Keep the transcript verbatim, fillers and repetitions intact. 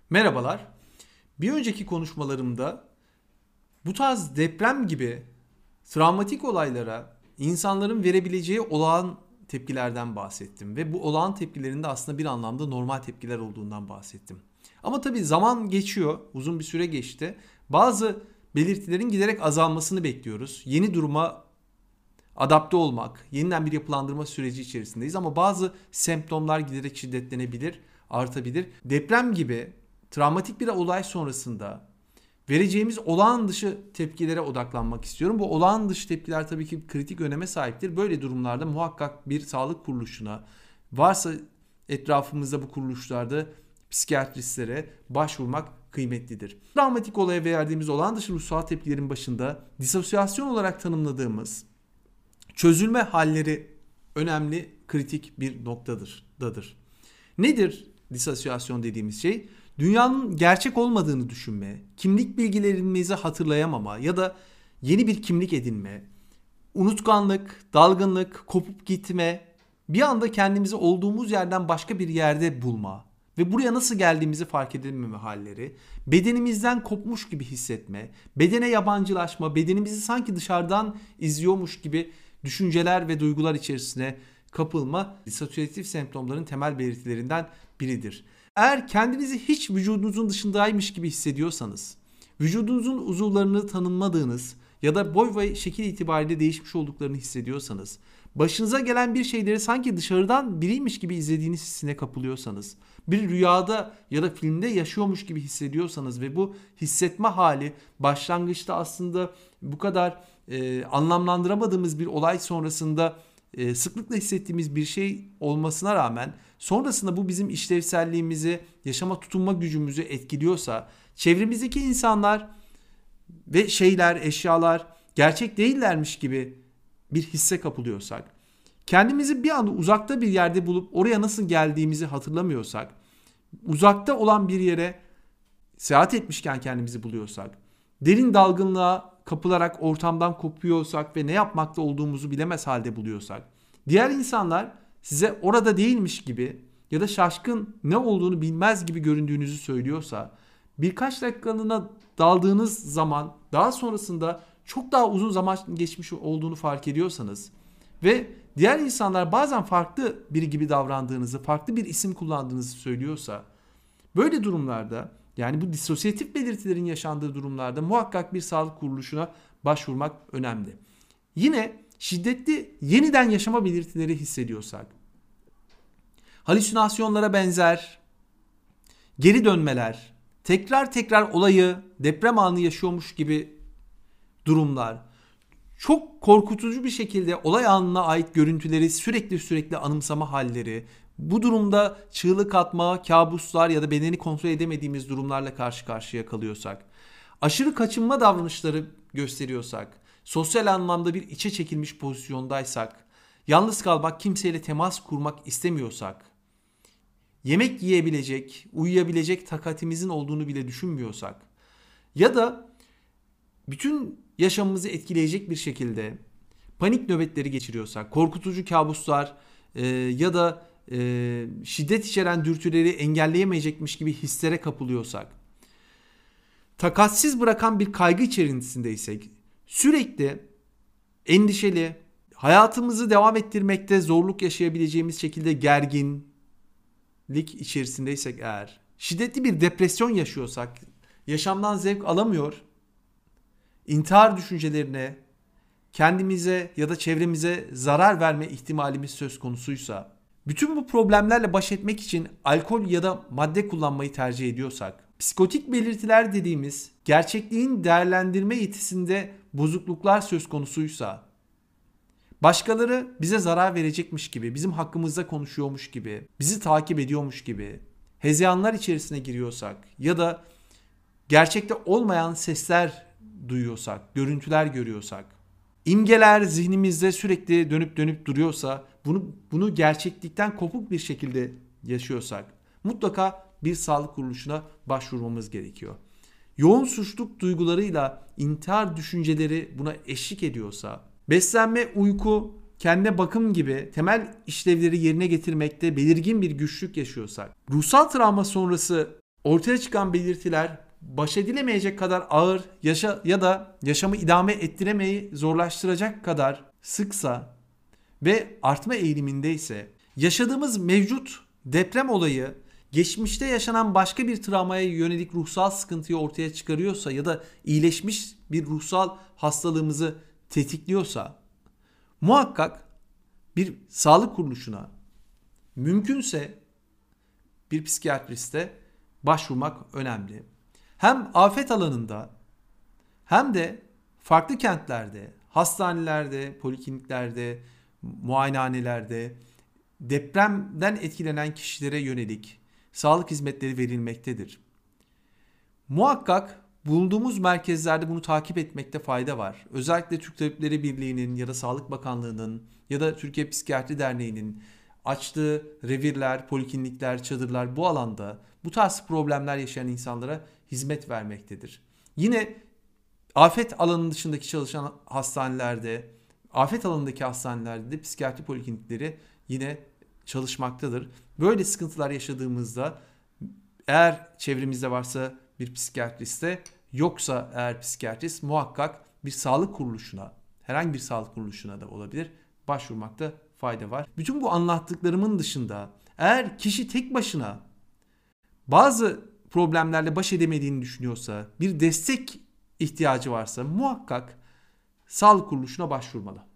Merhabalar. Bir önceki konuşmalarımda bu tarz deprem gibi travmatik olaylara insanların verebileceği olağan tepkilerden bahsettim ve bu olağan tepkilerin de aslında bir anlamda normal tepkiler olduğundan bahsettim. Ama tabii zaman geçiyor, uzun bir süre geçti. Bazı belirtilerin giderek azalmasını bekliyoruz. Yeni duruma adapte olmak, yeniden bir yapılandırma süreci içerisindeyiz ama bazı semptomlar giderek şiddetlenebilir, artabilir. Deprem gibi travmatik bir olay sonrasında vereceğimiz olağan dışı tepkilere odaklanmak istiyorum. Bu olağan dışı tepkiler tabii ki kritik öneme sahiptir. Böyle durumlarda muhakkak bir sağlık kuruluşuna, varsa etrafımızda bu kuruluşlarda psikiyatristlere başvurmak kıymetlidir. Travmatik olaya verdiğimiz olağan dışı ruhsal tepkilerin başında disosyasyon olarak tanımladığımız çözülme halleri önemli, kritik bir noktadır. Dadır. Nedir disosyasyon dediğimiz şey? Dünyanın gerçek olmadığını düşünme, kimlik bilgilerimizi hatırlayamama ya da yeni bir kimlik edinme, unutkanlık, dalgınlık, kopup gitme, bir anda kendimizi olduğumuz yerden başka bir yerde bulma ve buraya nasıl geldiğimizi fark edememe halleri, bedenimizden kopmuş gibi hissetme, bedene yabancılaşma, bedenimizi sanki dışarıdan izliyormuş gibi düşünceler ve duygular içerisine kapılma disosiyatif semptomların temel belirtilerinden biridir. Eğer kendinizi hiç vücudunuzun dışındaymış gibi hissediyorsanız, vücudunuzun uzuvlarını tanımadığınız ya da boy ve şekil itibariyle değişmiş olduklarını hissediyorsanız, başınıza gelen bir şeyleri sanki dışarıdan biriymiş gibi izlediğiniz hissine kapılıyorsanız, bir rüyada ya da filmde yaşıyormuş gibi hissediyorsanız ve bu hissetme hali başlangıçta aslında bu kadar e, anlamlandıramadığımız bir olay sonrasında e, sıklıkla hissettiğimiz bir şey olmasına rağmen sonrasında bu bizim işlevselliğimizi, yaşama tutunma gücümüzü etkiliyorsa, çevremizdeki insanlar ve şeyler, eşyalar gerçek değillermiş gibi bir hisse kapılıyorsak, kendimizi bir anda uzakta bir yerde bulup oraya nasıl geldiğimizi hatırlamıyorsak, uzakta olan bir yere seyahat etmişken kendimizi buluyorsak, derin dalgınlığa kapılarak ortamdan kopuyorsak ve ne yapmakta olduğumuzu bilemez halde buluyorsak, diğer insanlar size orada değilmiş gibi ya da şaşkın ne olduğunu bilmez gibi göründüğünüzü söylüyorsa, birkaç dakikalığına daldığınız zaman daha sonrasında çok daha uzun zaman geçmiş olduğunu fark ediyorsanız ve diğer insanlar bazen farklı biri gibi davrandığınızı, farklı bir isim kullandığınızı söylüyorsa, böyle durumlarda, yani bu disosyatif belirtilerin yaşandığı durumlarda muhakkak bir sağlık kuruluşuna başvurmak önemli. Yine şiddetli yeniden yaşama belirtileri hissediyorsak, halüsinasyonlara benzer geri dönmeler, tekrar tekrar olayı deprem anı yaşıyormuş gibi durumlar, çok korkutucu bir şekilde olay anına ait görüntüleri sürekli sürekli anımsama halleri, bu durumda çığlık atma, kabuslar ya da bedeni kontrol edemediğimiz durumlarla karşı karşıya kalıyorsak, aşırı kaçınma davranışları gösteriyorsak, sosyal anlamda bir içe çekilmiş pozisyondaysak, yalnız kalmak, kimseyle temas kurmak istemiyorsak, yemek yiyebilecek, uyuyabilecek takatimizin olduğunu bile düşünmüyorsak ya da bütün yaşamımızı etkileyecek bir şekilde panik nöbetleri geçiriyorsak, korkutucu kabuslar e, ya da e, şiddet içeren dürtüleri engelleyemeyecekmiş gibi hislere kapılıyorsak, takatsiz bırakan bir kaygı içerisindeysek, sürekli endişeli, hayatımızı devam ettirmekte zorluk yaşayabileceğimiz şekilde gerginlik içerisindeysek eğer, şiddetli bir depresyon yaşıyorsak, yaşamdan zevk alamıyor, intihar düşüncelerine, kendimize ya da çevremize zarar verme ihtimalimiz söz konusuysa, bütün bu problemlerle baş etmek için alkol ya da madde kullanmayı tercih ediyorsak, psikotik belirtiler dediğimiz gerçekliğin değerlendirme yetisinde bozukluklar söz konusuysa, başkaları bize zarar verecekmiş gibi, bizim hakkımızda konuşuyormuş gibi, bizi takip ediyormuş gibi, hezeyanlar içerisine giriyorsak ya da gerçekte olmayan sesler duyuyorsak, görüntüler görüyorsak, imgeler zihnimizde sürekli dönüp dönüp duruyorsa, bunu bunu gerçeklikten kopuk bir şekilde yaşıyorsak, mutlaka bir sağlık kuruluşuna başvurmamız gerekiyor. Yoğun suçluluk duygularıyla intihar düşünceleri buna eşlik ediyorsa, beslenme, uyku, kendine bakım gibi temel işlevleri yerine getirmekte belirgin bir güçlük yaşıyorsak, ruhsal travma sonrası ortaya çıkan belirtiler baş edilemeyecek kadar ağır yaşa ya da yaşamı idame ettiremeyi zorlaştıracak kadar sıksa ve artma eğilimindeyse, yaşadığımız mevcut deprem olayı geçmişte yaşanan başka bir travmaya yönelik ruhsal sıkıntıyı ortaya çıkarıyorsa ya da iyileşmiş bir ruhsal hastalığımızı tetikliyorsa, muhakkak bir sağlık kuruluşuna, mümkünse bir psikiyatriste başvurmak önemli. Hem afet alanında hem de farklı kentlerde, hastanelerde, polikliniklerde, muayenehanelerde depremden etkilenen kişilere yönelik sağlık hizmetleri verilmektedir. Muhakkak bulunduğumuz merkezlerde bunu takip etmekte fayda var. Özellikle Türk Tabipleri Birliği'nin ya da Sağlık Bakanlığı'nın ya da Türkiye Psikiyatri Derneği'nin açtığı revirler, poliklinikler, çadırlar bu alanda bu tarz problemler yaşayan insanlara hizmet vermektedir. Yine afet alanının dışındaki çalışan hastanelerde, afet alanındaki hastanelerde de psikiyatri poliklinikleri yine çalışmaktadır. Böyle sıkıntılar yaşadığımızda eğer çevremizde varsa bir psikiyatriste, yoksa eğer psikiyatrist, muhakkak bir sağlık kuruluşuna, herhangi bir sağlık kuruluşuna da olabilir, başvurmakta fayda var. Bütün bu anlattıklarımın dışında eğer kişi tek başına bazı problemlerle baş edemediğini düşünüyorsa, bir destek ihtiyacı varsa muhakkak sağlık kuruluşuna başvurmalı.